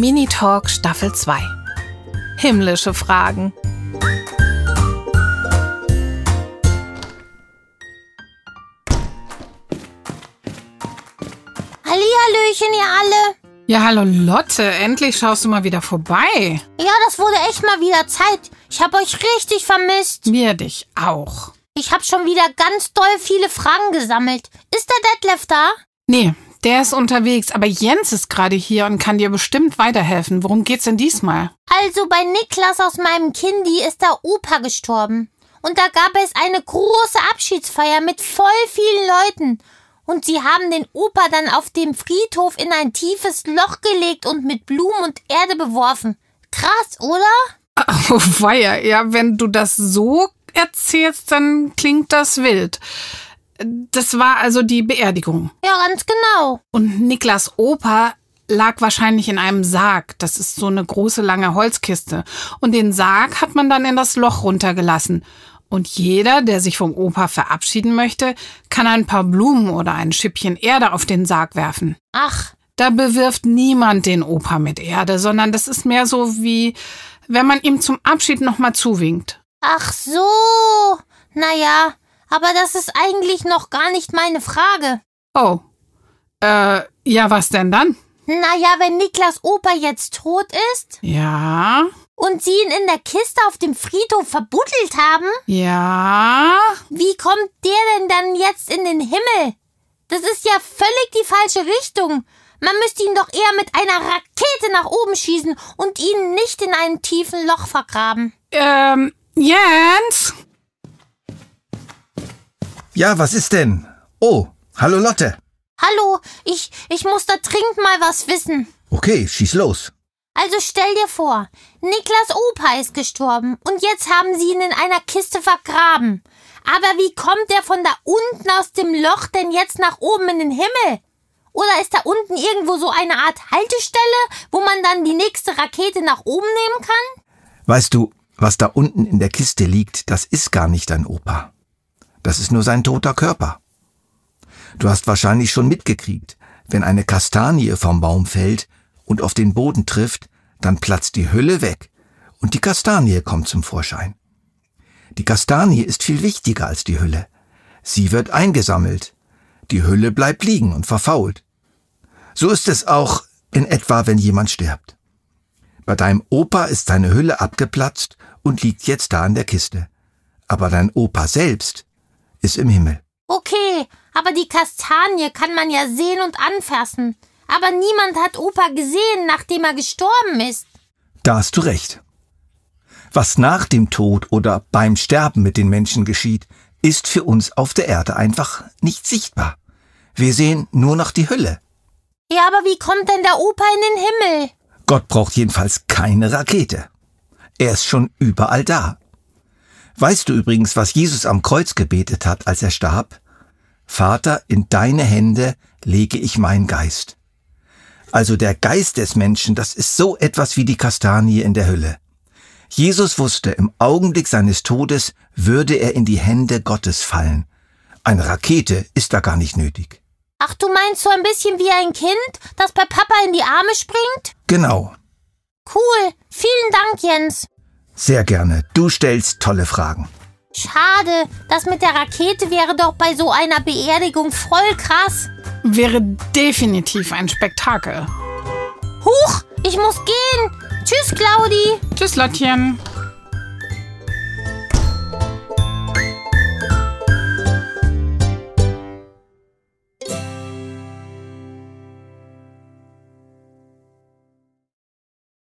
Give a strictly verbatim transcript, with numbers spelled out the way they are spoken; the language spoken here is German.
Mini-Talk Staffel zwei. Himmlische Fragen. Hallihallöchen, ihr alle. Ja, hallo Lotte, endlich schaust du mal wieder vorbei. Ja, das wurde echt mal wieder Zeit. Ich hab euch richtig vermisst. Mir dich auch. Ich hab schon wieder ganz doll viele Fragen gesammelt. Ist der Detlef da? Nee, der ist unterwegs, aber Jens ist gerade hier und kann dir bestimmt weiterhelfen. Worum geht's denn diesmal? Also bei Niklas aus meinem Kindi ist der Opa gestorben. Und da gab es eine große Abschiedsfeier mit voll vielen Leuten. Und sie haben den Opa dann auf dem Friedhof in ein tiefes Loch gelegt und mit Blumen und Erde beworfen. Krass, oder? Oh weia, ja, wenn du das so erzählst, dann klingt das wild. Das war also die Beerdigung. Ja, ganz genau. Und Niklas Opa lag wahrscheinlich in einem Sarg. Das ist so eine große, lange Holzkiste. Und den Sarg hat man dann in das Loch runtergelassen. Und jeder, der sich vom Opa verabschieden möchte, kann ein paar Blumen oder ein Schippchen Erde auf den Sarg werfen. Ach. Da bewirft niemand den Opa mit Erde, sondern das ist mehr so wie, wenn man ihm zum Abschied nochmal zuwinkt. Ach so. Naja, aber das ist eigentlich noch gar nicht meine Frage. Oh. Äh, ja, was denn dann? Naja, wenn Niklas Opa jetzt tot ist Ja. und sie ihn in der Kiste auf dem Friedhof verbuddelt haben, Ja. wie kommt der denn dann jetzt in den Himmel? Das ist ja völlig die falsche Richtung. Man müsste ihn doch eher mit einer Rakete nach oben schießen und ihn nicht in einem tiefen Loch vergraben. Ähm, Jens? Ja, was ist denn? Oh, hallo Lotte. Hallo, ich, ich muss da dringend mal was wissen. Okay, schieß los. Also stell dir vor, Niklas Opa ist gestorben und jetzt haben sie ihn in einer Kiste vergraben. Aber wie kommt er von da unten aus dem Loch denn jetzt nach oben in den Himmel? Oder ist da unten irgendwo so eine Art Haltestelle, wo man dann die nächste Rakete nach oben nehmen kann? Weißt du, was da unten in der Kiste liegt, das ist gar nicht dein Opa. Das ist nur sein toter Körper. Du hast wahrscheinlich schon mitgekriegt, wenn eine Kastanie vom Baum fällt und auf den Boden trifft, dann platzt die Hülle weg und die Kastanie kommt zum Vorschein. Die Kastanie ist viel wichtiger als die Hülle. Sie wird eingesammelt. Die Hülle bleibt liegen und verfault. So ist es auch in etwa, wenn jemand stirbt. Bei deinem Opa ist seine Hülle abgeplatzt und liegt jetzt da in der Kiste. Aber dein Opa selbst ist im Himmel. Okay, aber die Kastanie kann man ja sehen und anfassen. Aber niemand hat Opa gesehen, nachdem er gestorben ist. Da hast du recht. Was nach dem Tod oder beim Sterben mit den Menschen geschieht, ist für uns auf der Erde einfach nicht sichtbar. Wir sehen nur noch die Hülle. Ja, aber wie kommt denn der Opa in den Himmel? Gott braucht jedenfalls keine Rakete. Er ist schon überall da. Weißt du übrigens, was Jesus am Kreuz gebetet hat, als er starb? Vater, in deine Hände lege ich meinen Geist. Also der Geist des Menschen, das ist so etwas wie die Kastanie in der Hülle. Jesus wusste, im Augenblick seines Todes würde er in die Hände Gottes fallen. Eine Rakete ist da gar nicht nötig. Ach, du meinst so ein bisschen wie ein Kind, das bei Papa in die Arme springt? Genau. Cool, vielen Dank, Jens. Sehr gerne. Du stellst tolle Fragen. Schade, das mit der Rakete wäre doch bei so einer Beerdigung voll krass. Wäre definitiv ein Spektakel. Huch, ich muss gehen. Tschüss, Claudi. Tschüss, Lottchen.